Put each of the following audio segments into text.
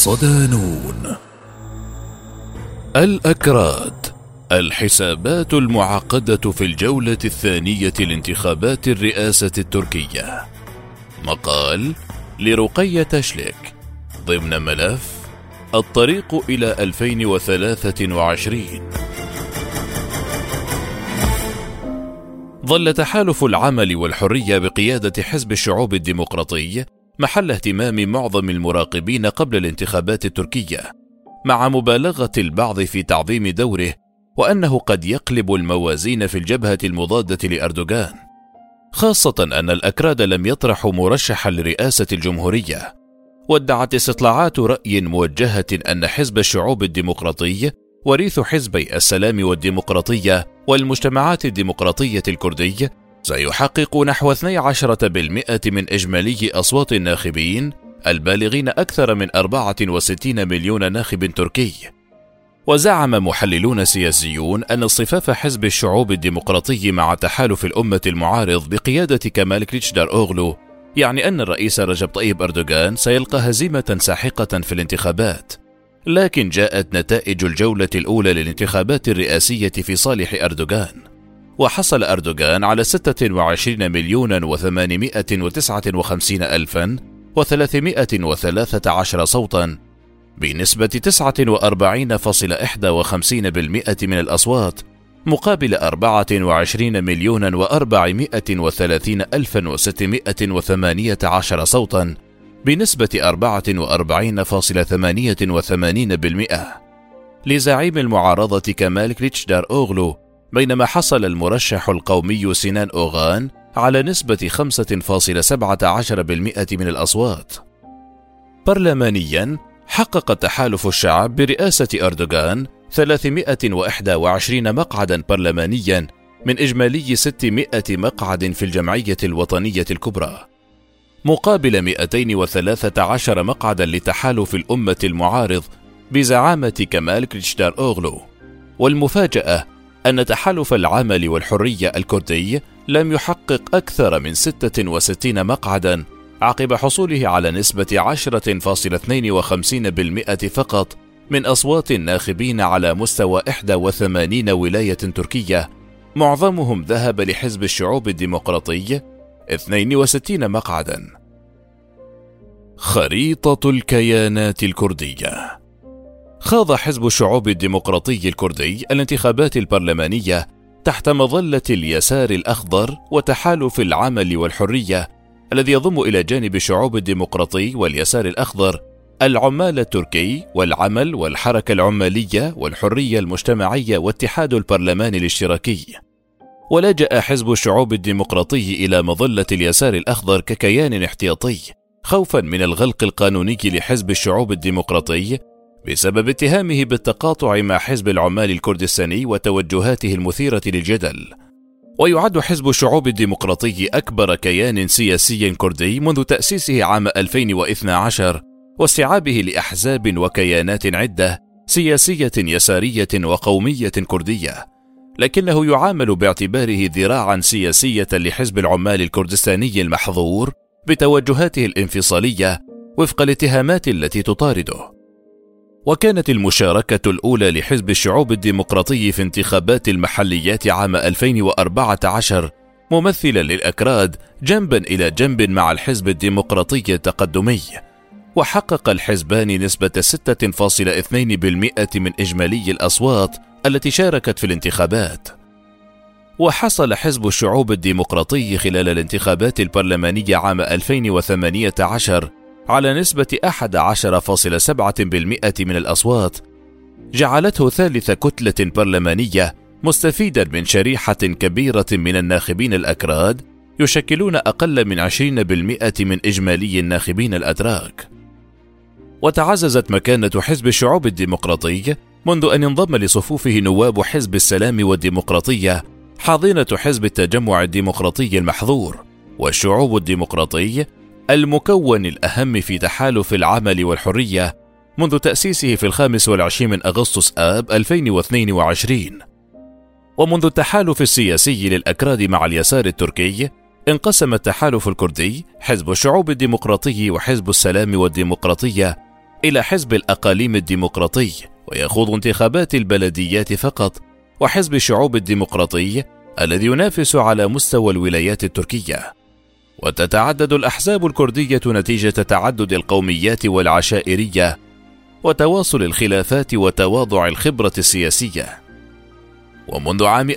صدانون. الأكراد، الحسابات المعقدة في الجولة الثانية لانتخابات الرئاسة التركية. مقال لرقية شليك ضمن ملف الطريق إلى 2023. ظل تحالف العمل والحرية بقيادة حزب الشعوب الديمقراطي محل اهتمام معظم المراقبين قبل الانتخابات التركية، مع مبالغة البعض في تعظيم دوره وأنه قد يقلب الموازين في الجبهة المضادة لأردوغان، خاصة أن الأكراد لم يطرحوا مرشحا لرئاسة الجمهورية. وادعت استطلاعات رأي موجهة أن حزب الشعوب الديمقراطي وريث حزبي السلام والديمقراطية والمجتمعات الديمقراطية الكردي سيحقق نحو 12% من إجمالي أصوات الناخبين البالغين أكثر من 64 مليون ناخب تركي. وزعم محللون سياسيون أن اصطفاف حزب الشعوب الديمقراطي مع تحالف الأمة المعارض بقيادة كمال كليتشداروغلو يعني أن الرئيس رجب طيب أردوغان سيلقى هزيمة ساحقة في الانتخابات. لكن جاءت نتائج الجولة الأولى للانتخابات الرئاسية في صالح أردوغان، وحصل أردوغان على 26,859,313 صوتا بنسبة 49.51% من الأصوات، مقابل 24,430,618 صوتا بنسبة 44.88% لزعيم المعارضة كمال كليتشداروغلو، بينما حصل المرشح القومي سينان أوغان على نسبة 5.17% من الأصوات. برلمانيا، حقق تحالف الشعب برئاسة أردوغان 321 مقعدا برلمانيا من إجمالي 600 مقعد في الجمعية الوطنية الكبرى، مقابل 213 مقعدا لتحالف الأمة المعارض بزعامة كمال كليتشداروغلو. والمفاجأة أن تحالف العمل والحرية الكردي لم يحقق أكثر من 66 مقعدا عقب حصوله على نسبة 10.52% فقط من أصوات الناخبين على مستوى 81 ولاية تركية، معظمهم ذهب لحزب الشعوب الديمقراطي 62 مقعدا. خريطة الكيانات الكردية. خاض حزب الشعوب الديمقراطي الكردي الانتخابات البرلمانية تحت مظلة اليسار الأخضر وتحالف العمل والحرية، الذي يضم إلى جانب الشعوب الديمقراطي واليسار الأخضر العمال التركي والعمل والحركة العمالية والحرية المجتمعية واتحاد البرلمان الاشتراكي. ولجأ حزب الشعوب الديمقراطي إلى مظلة اليسار الأخضر ككيان احتياطي، خوفا من الغلق القانوني لحزب الشعوب الديمقراطي بسبب اتهامه بالتقاطع مع حزب العمال الكردستاني وتوجهاته المثيرة للجدل. ويعد حزب الشعوب الديمقراطي أكبر كيان سياسي كردي منذ تأسيسه عام 2012 واستيعابه لأحزاب وكيانات عدة سياسية يسارية وقومية كردية، لكنه يعامل باعتباره ذراعا سياسية لحزب العمال الكردستاني المحظور بتوجهاته الانفصالية وفق الاتهامات التي تطارده. وكانت المشاركة الأولى لحزب الشعوب الديمقراطي في انتخابات المحليات عام 2014 ممثلا للأكراد جنبا إلى جنب مع الحزب الديمقراطي التقدمي، وحقق الحزبان نسبة 6.2% من إجمالي الأصوات التي شاركت في الانتخابات. وحصل حزب الشعوب الديمقراطي خلال الانتخابات البرلمانية عام 2018 على نسبة 11.7% من الأصوات، جعلته ثالث كتلة برلمانية مستفيدا من شريحة كبيرة من الناخبين الأكراد يشكلون أقل من 20% من إجمالي الناخبين الأتراك. وتعززت مكانة حزب الشعوب الديمقراطي منذ أن انضم لصفوفه نواب حزب السلام والديمقراطية، حاضنة حزب التجمع الديمقراطي المحظور والشعوب الديمقراطي، المكون الأهم في تحالف العمل والحرية منذ تأسيسه في 25 من أغسطس آب 2022. ومنذ التحالف السياسي للأكراد مع اليسار التركي، انقسم التحالف الكردي حزب الشعوب الديمقراطي وحزب السلام والديمقراطية إلى حزب الأقاليم الديمقراطي ويخوض انتخابات البلديات فقط، وحزب الشعوب الديمقراطي الذي ينافس على مستوى الولايات التركية. وتتعدد الأحزاب الكردية نتيجة تعدد القوميات والعشائرية وتواصل الخلافات وتواضع الخبرة السياسية. ومنذ عام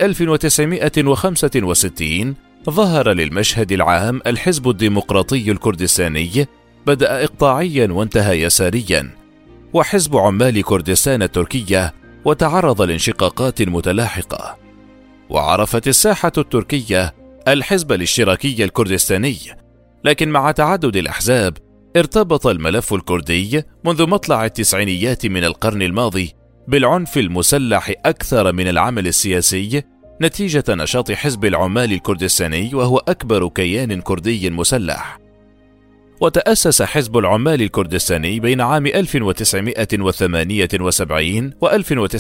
1965 ظهر للمشهد العام الحزب الديمقراطي الكردستاني، بدأ إقطاعيا وانتهى يساريا، وحزب عمال كردستان التركية، وتعرض لانشقاقات متلاحقة. وعرفت الساحة التركية الحزب الاشتراكي الكردستاني، لكن مع تعدد الأحزاب ارتبط الملف الكردي منذ مطلع التسعينيات من القرن الماضي بالعنف المسلح أكثر من العمل السياسي، نتيجة نشاط حزب العمال الكردستاني وهو أكبر كيان كردي مسلح. وتأسس حزب العمال الكردستاني بين عام 1978 و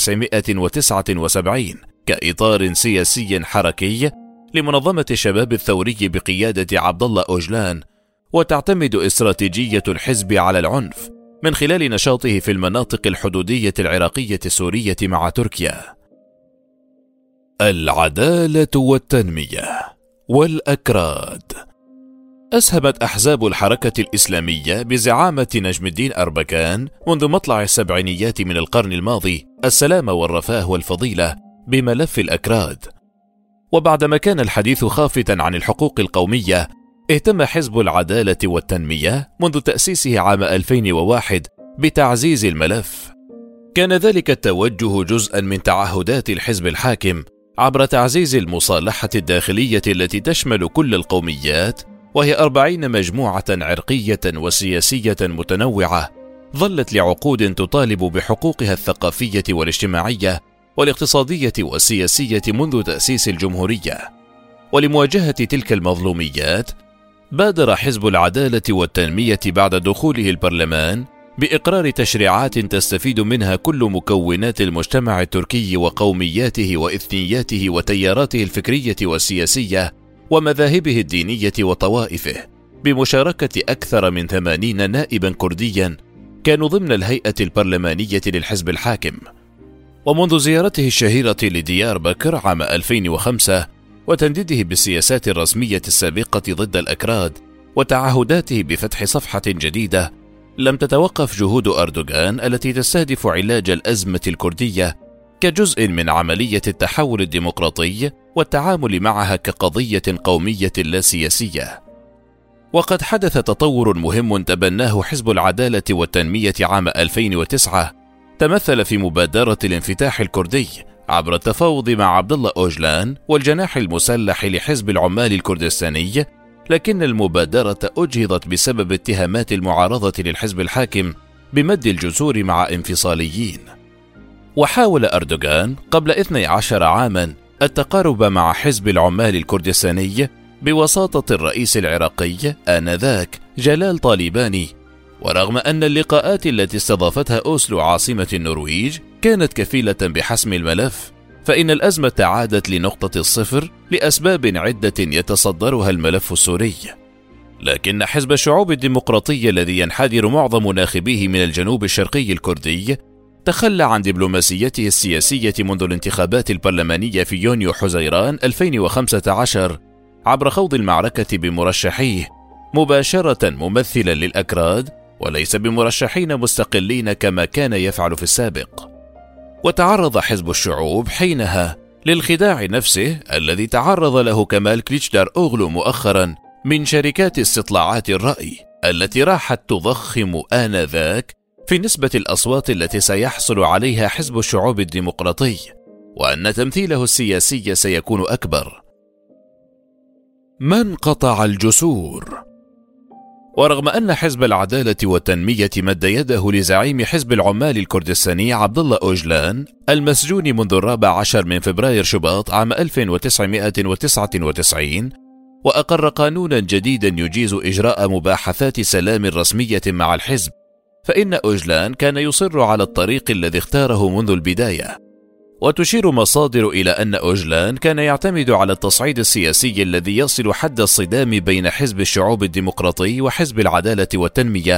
1979 كإطار سياسي حركي لمنظمة الشباب الثوري بقيادة عبد الله أوجلان، وتعتمد استراتيجية الحزب على العنف من خلال نشاطه في المناطق الحدودية العراقية السورية مع تركيا. العدالة والتنمية والأكراد. أسهمت أحزاب الحركة الإسلامية بزعامة نجم الدين أربكان منذ مطلع السبعينيات من القرن الماضي السلام والرفاه والفضيلة بملف الأكراد. وبعدما كان الحديث خافتا عن الحقوق القومية، اهتم حزب العدالة والتنمية منذ تأسيسه عام 2001 بتعزيز الملف. كان ذلك التوجه جزءا من تعهدات الحزب الحاكم عبر تعزيز المصالحة الداخلية التي تشمل كل القوميات، وهي 40 مجموعة عرقية وسياسية متنوعة ظلت لعقود تطالب بحقوقها الثقافية والاجتماعية والاقتصادية والسياسية منذ تأسيس الجمهورية. ولمواجهة تلك المظلوميات بادر حزب العدالة والتنمية بعد دخوله البرلمان بإقرار تشريعات تستفيد منها كل مكونات المجتمع التركي وقومياته وإثنياته وتياراته الفكرية والسياسية ومذاهبه الدينية وطوائفه، بمشاركة أكثر من 80 نائبا كرديا كانوا ضمن الهيئة البرلمانية للحزب الحاكم. ومنذ زيارته الشهيرة لديار بكر عام 2005 وتنديده بالسياسات الرسمية السابقة ضد الأكراد وتعهداته بفتح صفحة جديدة، لم تتوقف جهود أردوغان التي تستهدف علاج الأزمة الكردية كجزء من عملية التحول الديمقراطي والتعامل معها كقضية قومية لا سياسية. وقد حدث تطور مهم تبناه حزب العدالة والتنمية عام 2009 تمثل في مبادرة الانفتاح الكردي عبر التفاوض مع عبد الله أوجلان والجناح المسلح لحزب العمال الكردستاني، لكن المبادرة أجهضت بسبب اتهامات المعارضة للحزب الحاكم بمد الجسور مع انفصاليين. وحاول أردوغان قبل 12 عاما التقارب مع حزب العمال الكردستاني بوساطة الرئيس العراقي آنذاك جلال طالباني. ورغم أن اللقاءات التي استضافتها أوسلو عاصمة النرويج كانت كفيلة بحسم الملف، فإن الأزمة عادت لنقطة الصفر لأسباب عدة يتصدرها الملف السوري. لكن حزب الشعوب الديمقراطي الذي ينحدر معظم ناخبيه من الجنوب الشرقي الكردي تخلى عن دبلوماسيته السياسية منذ الانتخابات البرلمانية في يونيو حزيران 2015 عبر خوض المعركة بمرشحيه مباشرة ممثلا للأكراد وليس بمرشحين مستقلين كما كان يفعل في السابق. وتعرض حزب الشعوب حينها للخداع نفسه الذي تعرض له كمال كليتشدار أوغلو مؤخرا من شركات استطلاعات الرأي التي راحت تضخم آنذاك في نسبة الأصوات التي سيحصل عليها حزب الشعوب الديمقراطي، وأن تمثيله السياسي سيكون أكبر. من قطع الجسور؟ ورغم أن حزب العدالة والتنمية مد يده لزعيم حزب العمال الكردستاني عبد الله أوجلان المسجون منذ 14 من فبراير شباط عام 1999 وأقر قانونا جديدا يجيز إجراء مباحثات سلام رسمية مع الحزب، فإن أوجلان كان يصر على الطريق الذي اختاره منذ البداية. وتشير مصادر إلى أن أوجلان كان يعتمد على التصعيد السياسي الذي يصل حد الصدام بين حزب الشعوب الديمقراطي وحزب العدالة والتنمية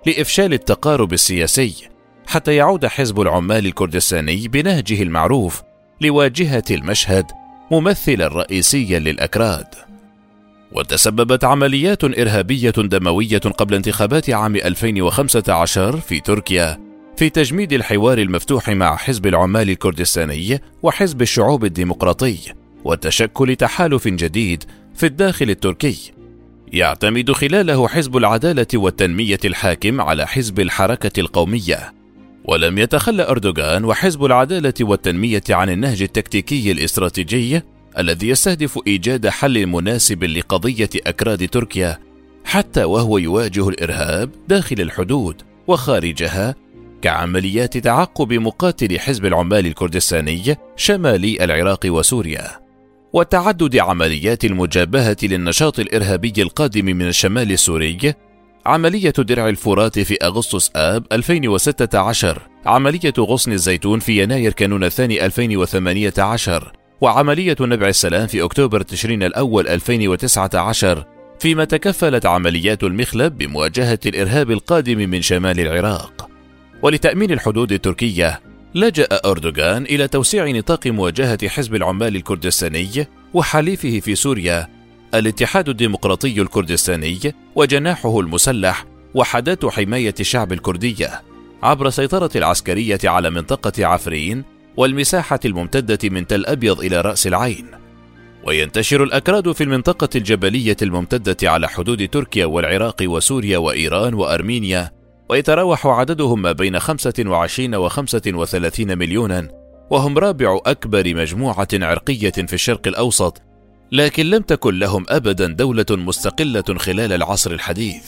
لإفشال التقارب السياسي، حتى يعود حزب العمال الكردستاني بنهجه المعروف لواجهة المشهد ممثلا رئيسيا للأكراد. وتسببت عمليات إرهابية دموية قبل انتخابات عام 2015 في تركيا في تجميد الحوار المفتوح مع حزب العمال الكردستاني وحزب الشعوب الديمقراطي، وتشكل تحالف جديد في الداخل التركي يعتمد خلاله حزب العدالة والتنمية الحاكم على حزب الحركة القومية. ولم يتخلى أردوغان وحزب العدالة والتنمية عن النهج التكتيكي الاستراتيجي الذي يستهدف إيجاد حل مناسب لقضية أكراد تركيا، حتى وهو يواجه الإرهاب داخل الحدود وخارجها، كعمليات تعقب مقاتل حزب العمال الكردستاني شمالي العراق وسوريا، وتعدد عمليات المجابهة للنشاط الإرهابي القادم من الشمال السوري، عملية درع الفرات في أغسطس آب 2016، عملية غصن الزيتون في يناير كانون الثاني 2018، وعملية نبع السلام في أكتوبر تشرين الأول 2019، فيما تكفلت عمليات المخلب بمواجهة الإرهاب القادم من شمال العراق. ولتأمين الحدود التركية لجأ أردوغان إلى توسيع نطاق مواجهة حزب العمال الكردستاني وحليفه في سوريا الاتحاد الديمقراطي الكردستاني وجناحه المسلح وحدات حماية الشعب الكردية عبر سيطرة العسكرية على منطقة عفرين والمساحة الممتدة من تل أبيض إلى رأس العين. وينتشر الأكراد في المنطقة الجبلية الممتدة على حدود تركيا والعراق وسوريا وإيران وأرمينيا، ويتراوح عددهم ما بين 25 و 35 مليونا، وهم رابع أكبر مجموعة عرقية في الشرق الأوسط، لكن لم تكن لهم أبدا دولة مستقلة خلال العصر الحديث.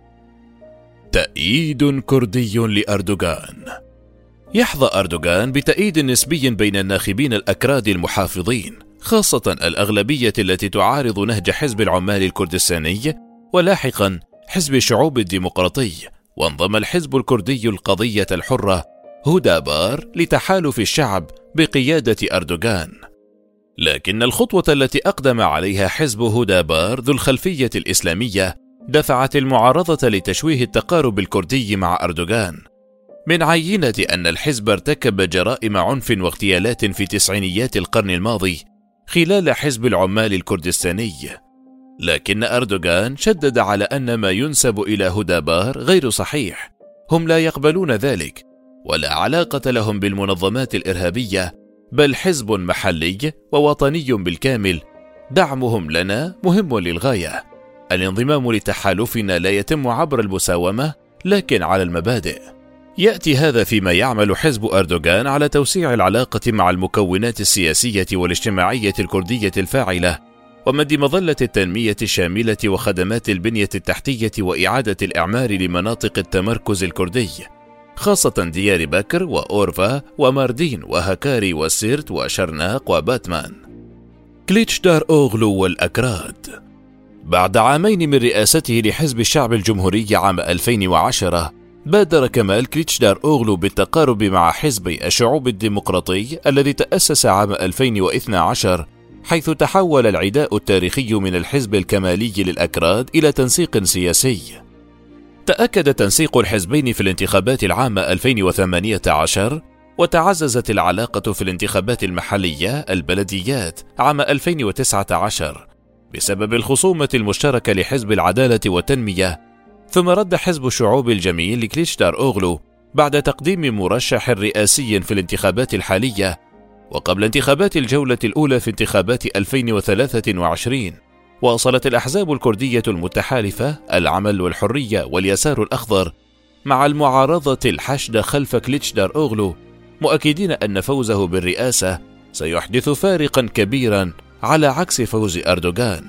تأييد كردي لأردوغان. يحظى أردوغان بتأييد نسبي بين الناخبين الأكراد المحافظين، خاصة الأغلبية التي تعارض نهج حزب العمال الكردستاني ولاحقا حزب الشعوب الديمقراطي. وانضم الحزب الكردي القضية الحرة هدابار لتحالف الشعب بقيادة أردوغان. لكن الخطوة التي أقدم عليها حزب هدابار ذو الخلفية الإسلامية دفعت المعارضة لتشويه التقارب الكردي مع أردوغان، من عينة أن الحزب ارتكب جرائم عنف واغتيالات في تسعينيات القرن الماضي خلال حزب العمال الكردستاني. لكن أردوغان شدد على أن ما ينسب إلى هدابار غير صحيح، هم لا يقبلون ذلك ولا علاقة لهم بالمنظمات الإرهابية، بل حزب محلي ووطني بالكامل، دعمهم لنا مهم للغاية. الانضمام لتحالفنا لا يتم عبر المساومة لكن على المبادئ. يأتي هذا فيما يعمل حزب أردوغان على توسيع العلاقة مع المكونات السياسية والاجتماعية الكردية الفاعلة، ومد مظلة التنمية الشاملة وخدمات البنية التحتية وإعادة الإعمار لمناطق التمركز الكردي، خاصة ديار بكر وأورفا وماردين وهكاري وسيرت وشرناق وباتمان. كليتشدار أوغلو والأكراد. بعد عامين من رئاسته لحزب الشعب الجمهوري عام 2010، بادر كمال كليتشدار أوغلو بالتقارب مع حزب الشعوب الديمقراطي الذي تأسس عام 2012، حيث تحول العداء التاريخي من الحزب الكمالي للأكراد إلى تنسيق سياسي. تأكد تنسيق الحزبين في الانتخابات العامة 2018، وتعززت العلاقة في الانتخابات المحلية البلديات عام 2019 بسبب الخصومة المشتركة لحزب العدالة والتنمية. ثم رد حزب الشعوب الجميل لكليتشدار أوغلو بعد تقديم مرشح رئاسي في الانتخابات الحالية وقبل انتخابات الجولة الأولى في انتخابات 2023. واصلت الأحزاب الكردية المتحالفة العمل والحرية واليسار الأخضر مع المعارضة الحشد خلف كليتشدار أوغلو، مؤكدين أن فوزه بالرئاسة سيحدث فارقا كبيرا على عكس فوز أردوغان.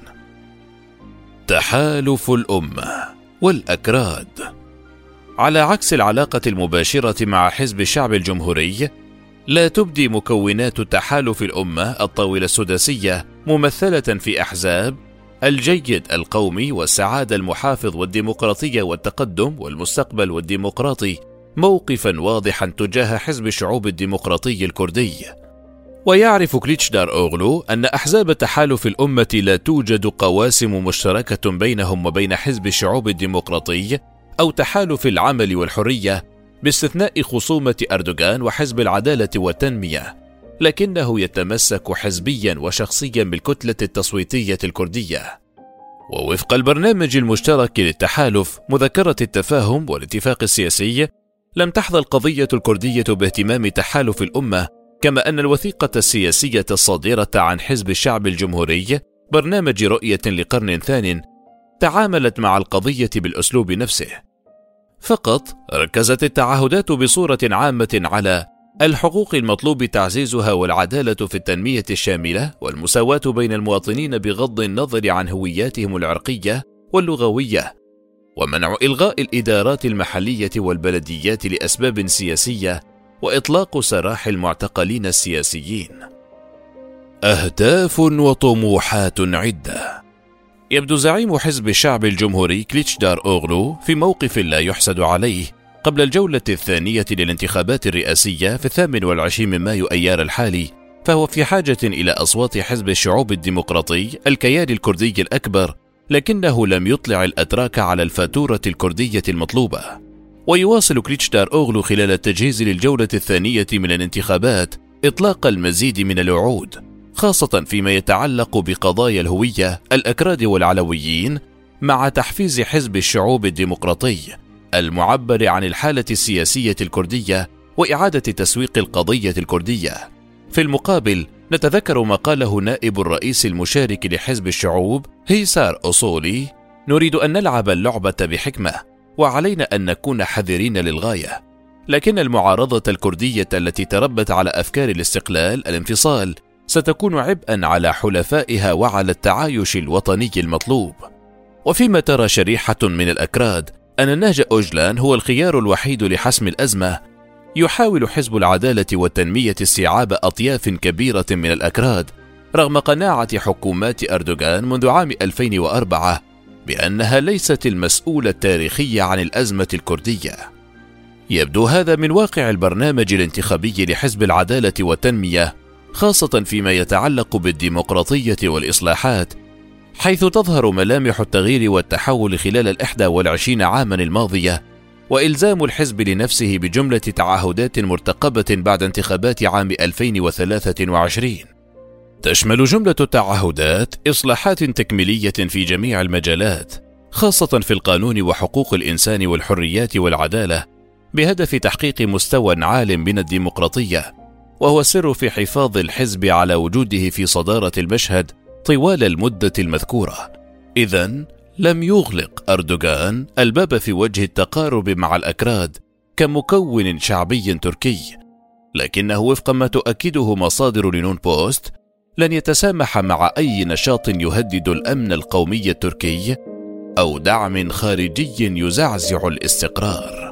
تحالف الأمة والأكراد. على عكس العلاقة المباشرة مع حزب الشعب الجمهوري، لا تبدي مكونات تحالف الأمة الطاولة السداسية ممثلة في أحزاب الجيد القومي والسعادة المحافظ والديمقراطية والتقدم والمستقبل والديمقراطي موقفا واضحا تجاه حزب الشعوب الديمقراطي الكردي. ويعرف كليتشدار أوغلو أن أحزاب تحالف الأمة لا توجد قواسم مشتركة بينهم وبين حزب الشعوب الديمقراطي أو تحالف العمل والحرية، باستثناء خصومة أردوغان وحزب العدالة والتنمية، لكنه يتمسك حزبيا وشخصيا بالكتلة التصويتية الكردية. ووفق البرنامج المشترك للتحالف مذكرة التفاهم والاتفاق السياسي، لم تحظى القضية الكردية باهتمام تحالف الأمة، كما أن الوثيقة السياسية الصادرة عن حزب الشعب الجمهوري برنامج رؤية لقرن ثان تعاملت مع القضية بالأسلوب نفسه. فقط ركزت التعهدات بصورة عامة على الحقوق المطلوب تعزيزها والعدالة في التنمية الشاملة والمساواة بين المواطنين بغض النظر عن هوياتهم العرقية واللغوية، ومنع إلغاء الإدارات المحلية والبلديات لأسباب سياسية، وإطلاق سراح المعتقلين السياسيين. أهداف وطموحات عدة. يبدو زعيم حزب الشعب الجمهوري كليتشدار أوغلو في موقف لا يحسد عليه قبل الجولة الثانية للانتخابات الرئاسية في 28 من مايو أيار الحالي، فهو في حاجة إلى أصوات حزب الشعوب الديمقراطي الكيان الكردي الأكبر، لكنه لم يطلع الأتراك على الفاتورة الكردية المطلوبة. ويواصل كليتشدار أوغلو خلال التجهيز للجولة الثانية من الانتخابات إطلاق المزيد من الوعود، خاصة فيما يتعلق بقضايا الهوية، الأكراد والعلويين، مع تحفيز حزب الشعوب الديمقراطي المعبر عن الحالة السياسية الكردية وإعادة تسويق القضية الكردية. في المقابل نتذكر ما قاله نائب الرئيس المشارك لحزب الشعوب هيسار أصولي: نريد أن نلعب اللعبة بحكمة، وعلينا أن نكون حذرين للغاية، لكن المعارضة الكردية التي تربت على أفكار الاستقلال الانفصال ستكون عبئا على حلفائها وعلى التعايش الوطني المطلوب. وفيما ترى شريحة من الأكراد أن نهج أوجلان هو الخيار الوحيد لحسم الأزمة، يحاول حزب العدالة والتنمية استيعاب أطياف كبيرة من الأكراد رغم قناعة حكومات أردوغان منذ عام 2004 بأنها ليست المسؤولة التاريخي عن الأزمة الكردية. يبدو هذا من واقع البرنامج الانتخابي لحزب العدالة والتنمية، خاصة فيما يتعلق بالديمقراطية والإصلاحات، حيث تظهر ملامح التغيير والتحول خلال 21 عاما الماضية، وإلزام الحزب لنفسه بجملة تعهدات مرتقبة بعد انتخابات عام 2023. تشمل جملة التعهدات إصلاحات تكميلية في جميع المجالات، خاصة في القانون وحقوق الإنسان والحريات والعدالة، بهدف تحقيق مستوى عال من الديمقراطية، وهو السر في حفاظ الحزب على وجوده في صدارة المشهد طوال المدة المذكورة. إذن لم يغلق أردوغان الباب في وجه التقارب مع الأكراد كمكون شعبي تركي، لكنه وفق ما تؤكده مصادر لنون بوست لن يتسامح مع أي نشاط يهدد الأمن القومي التركي أو دعم خارجي يزعزع الاستقرار.